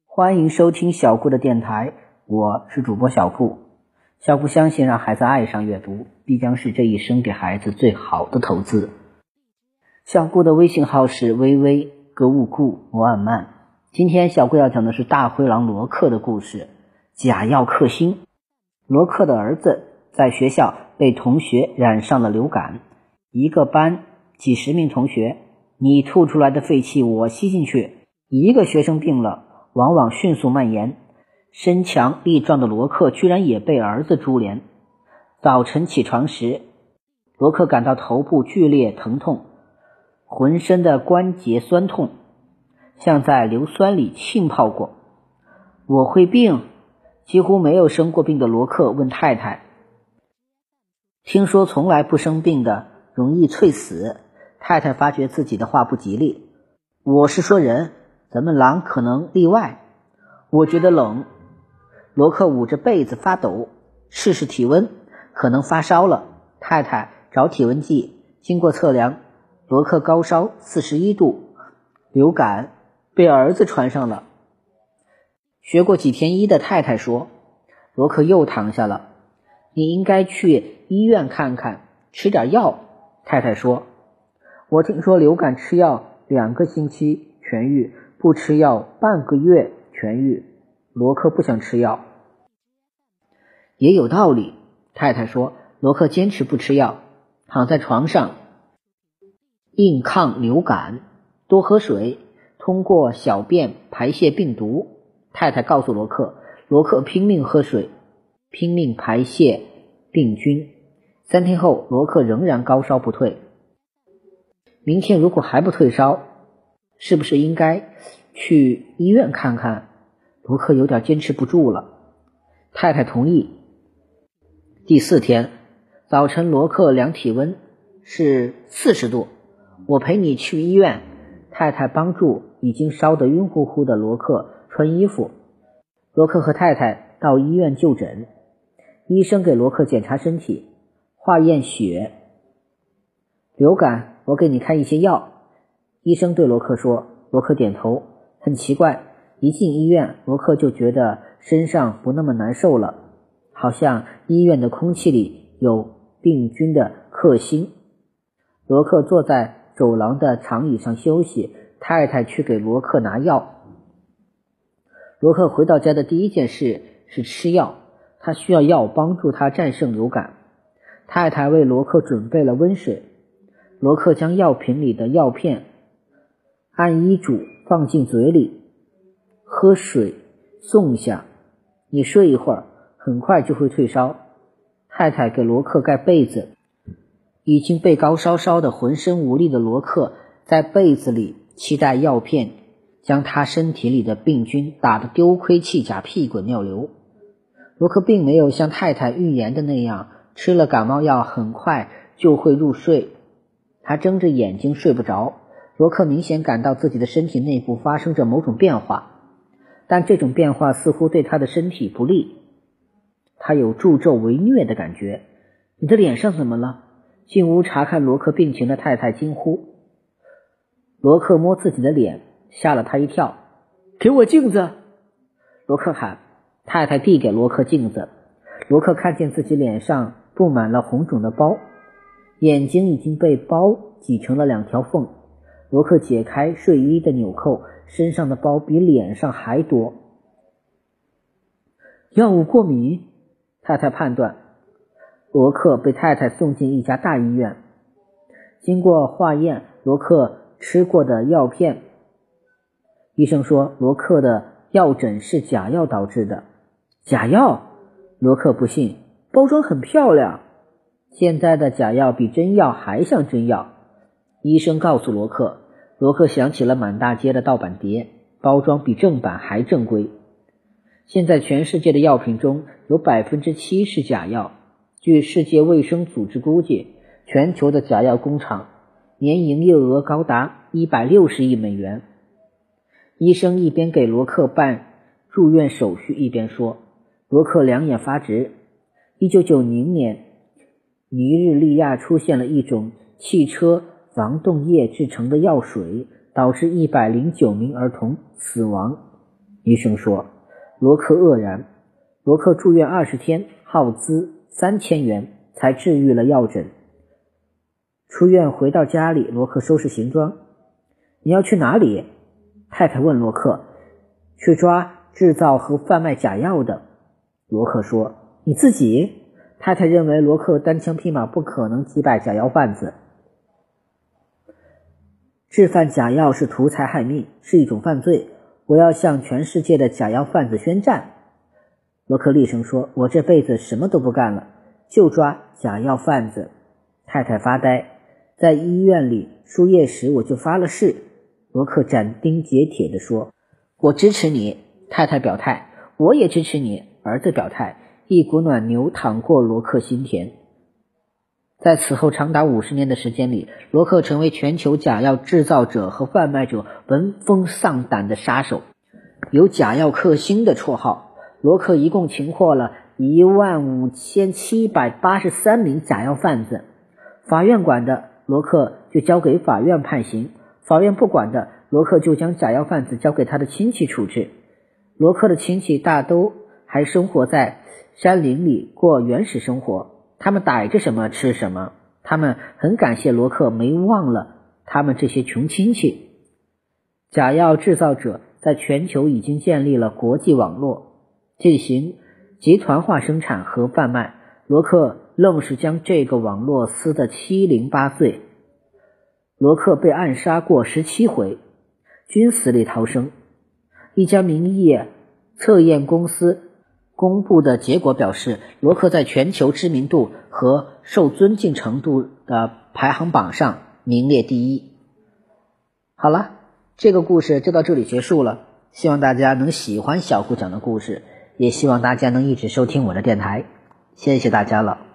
欢迎收听小顾的电台，我是主播小顾。小顾相信让孩子爱上阅读，必将是这一生给孩子最好的投资。小顾的微信号是微微格物顾摩尔曼。今天小顾要讲的是大灰狼罗克的故事，假药克星。罗克的儿子在学校被同学染上了流感，一个班几十名同学，你吐出来的废气我吸进去，一个学生病了往往迅速蔓延，身强力壮的罗克居然也被儿子株连。早晨起床时，罗克感到头部剧烈疼痛，浑身的关节酸痛，像在硫酸里浸泡过。我会病？几乎没有生过病的罗克问太太。听说从来不生病的容易猝死，太太发觉自己的话不吉利。我是说人，咱们狼可能例外。我觉得冷。罗克捂着被子发抖，试试体温，可能发烧了。太太找体温计，经过测量，罗克高烧41度，流感被儿子传上了。学过几天医的太太说，罗克又躺下了。你应该去医院看看，吃点药。太太说，我听说流感吃药2个星期痊愈，不吃药半个月痊愈。罗克不想吃药。也有道理，太太说。罗克坚持不吃药，躺在床上硬抗流感，多喝水，通过小便排泄病毒。太太告诉罗克，罗克拼命喝水，拼命排泄病菌。3天后，罗克仍然高烧不退。明天如果还不退烧，是不是应该去医院看看？罗克有点坚持不住了。太太同意。第4天早晨，罗克量体温是40度。我陪你去医院。太太帮助已经烧得晕乎乎的罗克穿衣服。罗克和太太到医院就诊，医生给罗克检查身体，化验血。流感，我给你开一些药。医生对罗克说。罗克点头。很奇怪，一进医院，罗克就觉得身上不那么难受了，好像医院的空气里有病菌的克星。罗克坐在走廊的长椅上休息，太太去给罗克拿药。罗克回到家的第一件事是吃药，他需要药帮助他战胜流感。太太为罗克准备了温水，罗克将药瓶里的药片按医嘱放进嘴里，喝水，送下。你睡一会儿，很快就会退烧。太太给罗克盖被子。已经被高烧烧得浑身无力的罗克在被子里期待药片将他身体里的病菌打得丢盔弃甲，屁滚尿流。罗克并没有像太太预言的那样，吃了感冒药很快就会入睡。他睁着眼睛睡不着。罗克明显感到自己的身体内部发生着某种变化，但这种变化似乎对他的身体不利。他有助纣为虐的感觉。你的脸上怎么了？进屋查看罗克病情的太太惊呼。罗克摸自己的脸，吓了他一跳。给我镜子！罗克喊。太太递给罗克镜子。罗克看见自己脸上布满了红肿的包，眼睛已经被包挤成了2条缝。罗克解开睡衣的纽扣，身上的包比脸上还多。药物过敏？太太判断。罗克被太太送进一家大医院。经过化验罗克吃过的药片，医生说罗克的药疹是假药导致的。假药？罗克不信，包装很漂亮。现在的假药比真药还像真药。医生告诉罗克。罗克想起了满大街的盗版碟，包装比正版还正规。现在全世界的药品中有 7% 是假药。据世界卫生组织估计，全球的假药工厂年营业额高达160亿美元。医生一边给罗克办住院手续一边说。罗克两眼发直。1990年，尼日利亚出现了一种汽车防冻液制成的药水，导致109名儿童死亡。 医生说。罗克愕然。罗克住院20天，耗资3000元才治愈了药疹。出院回到家里，罗克收拾行装。你要去哪里？太太问罗克。去抓制造和贩卖假药的。罗克说。你自己？太太认为罗克单枪匹马不可能击败假药贩子。制贩假药是图财害命，是一种犯罪。我要向全世界的假药贩子宣战。罗克厉声说。我这辈子什么都不干了，就抓假药贩子。太太发呆。在医院里输液时我就发了誓。罗克斩钉截铁地说。我支持你。太太表态。我也支持你。儿子表态。一股暖流淌过罗克心田。在此后长达50年的时间里，罗克成为全球假药制造者和贩卖者闻风丧胆的杀手，有假药克星的绰号。罗克一共擒获了15783名假药贩子，法院管的，罗克就交给法院判刑，法院不管的，罗克就将假药贩子交给他的亲戚处置。罗克的亲戚大都还生活在山林里过原始生活，他们逮着什么吃什么，他们很感谢罗克没忘了他们这些穷亲戚。假药制造者在全球已经建立了国际网络，进行集团化生产和贩卖。罗克愣是将这个网络撕得七零八碎。罗克被暗杀过17回，均死里逃生。一家民意测验公司公布的结果表示，罗克在全球知名度和受尊敬程度的排行榜上名列第一。好了，这个故事就到这里结束了，希望大家能喜欢小顾讲的故事，也希望大家能一直收听我的电台，谢谢大家了。